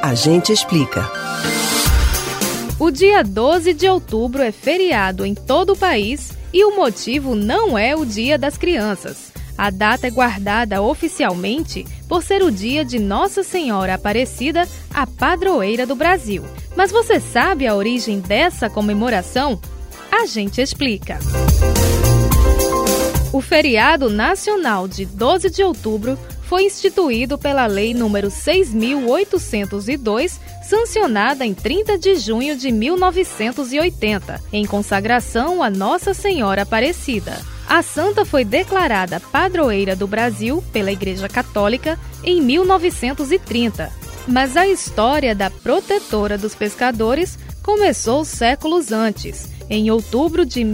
A gente explica. O dia 12 de outubro é feriado em todo o país e o motivo não é o Dia das Crianças. A data é guardada oficialmente por ser o dia de Nossa Senhora Aparecida, a padroeira do Brasil. Mas você sabe a origem dessa comemoração? A gente explica. O feriado nacional de 12 de outubro foi instituído pela Lei nº 6.802, sancionada em 30 de junho de 1980, em consagração a Nossa Senhora Aparecida. A santa foi declarada padroeira do Brasil pela Igreja Católica em 1930, mas a história da protetora dos pescadores começou séculos antes, em outubro de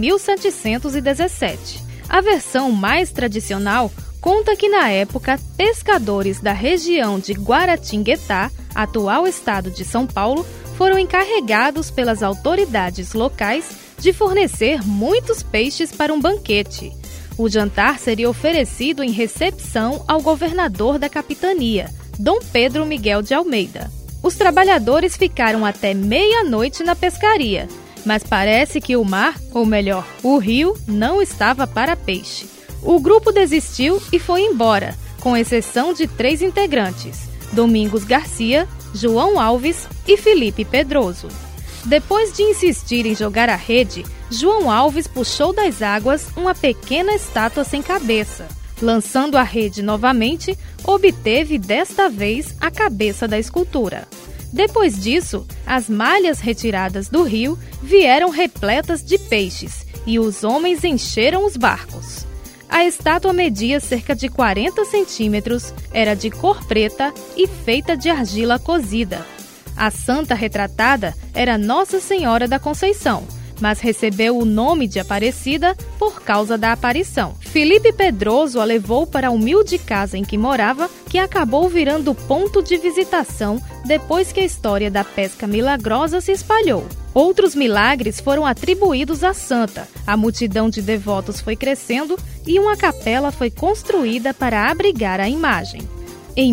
1717. A versão mais tradicional conta que, na época, pescadores da região de Guaratinguetá, atual estado de São Paulo, foram encarregados pelas autoridades locais de fornecer muitos peixes para um banquete. O jantar seria oferecido em recepção ao governador da capitania, Dom Pedro Miguel de Almeida. Os trabalhadores ficaram até meia-noite na pescaria, mas parece que o mar, ou melhor, o rio, não estava para peixe. O grupo desistiu e foi embora, com exceção de 3 integrantes: Domingos Garcia, João Alves e Felipe Pedroso. Depois de insistir em jogar a rede, João Alves puxou das águas uma pequena estátua sem cabeça. Lançando a rede novamente, obteve desta vez a cabeça da escultura. Depois disso, as malhas retiradas do rio vieram repletas de peixes e os homens encheram os barcos. A estátua media cerca de 40 centímetros, era de cor preta e feita de argila cozida. A santa retratada era Nossa Senhora da Conceição, mas recebeu o nome de Aparecida por causa da aparição. Felipe Pedroso a levou para a humilde casa em que morava, que acabou virando ponto de visitação depois que a história da pesca milagrosa se espalhou. Outros milagres foram atribuídos à santa, a multidão de devotos foi crescendo e uma capela foi construída para abrigar a imagem. Em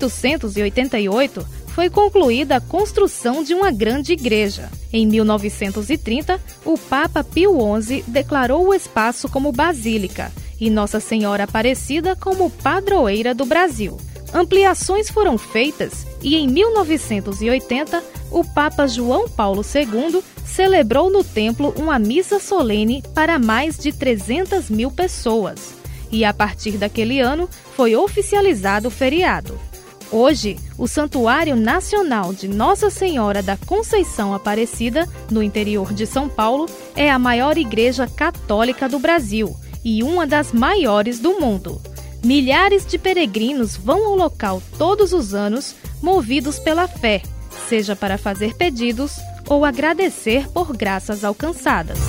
1888, foi concluída a construção de uma grande igreja. Em 1930, o Papa Pio XI declarou o espaço como basílica e Nossa Senhora Aparecida como padroeira do Brasil. Ampliações foram feitas e em 1980, o Papa João Paulo II celebrou no templo uma missa solene para mais de 300 mil pessoas. E a partir daquele ano, foi oficializado o feriado. Hoje, o Santuário Nacional de Nossa Senhora da Conceição Aparecida, no interior de São Paulo, é a maior igreja católica do Brasil e uma das maiores do mundo. Milhares de peregrinos vão ao local todos os anos, movidos pela fé, seja para fazer pedidos ou agradecer por graças alcançadas.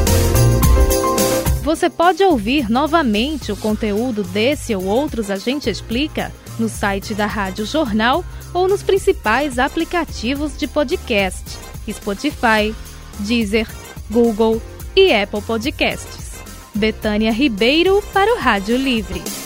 Você pode ouvir novamente o conteúdo desse ou outros A Gente Explica no site da Rádio Jornal ou nos principais aplicativos de podcast: Spotify, Deezer, Google e Apple Podcasts. Betânia Ribeiro para o Rádio Livre.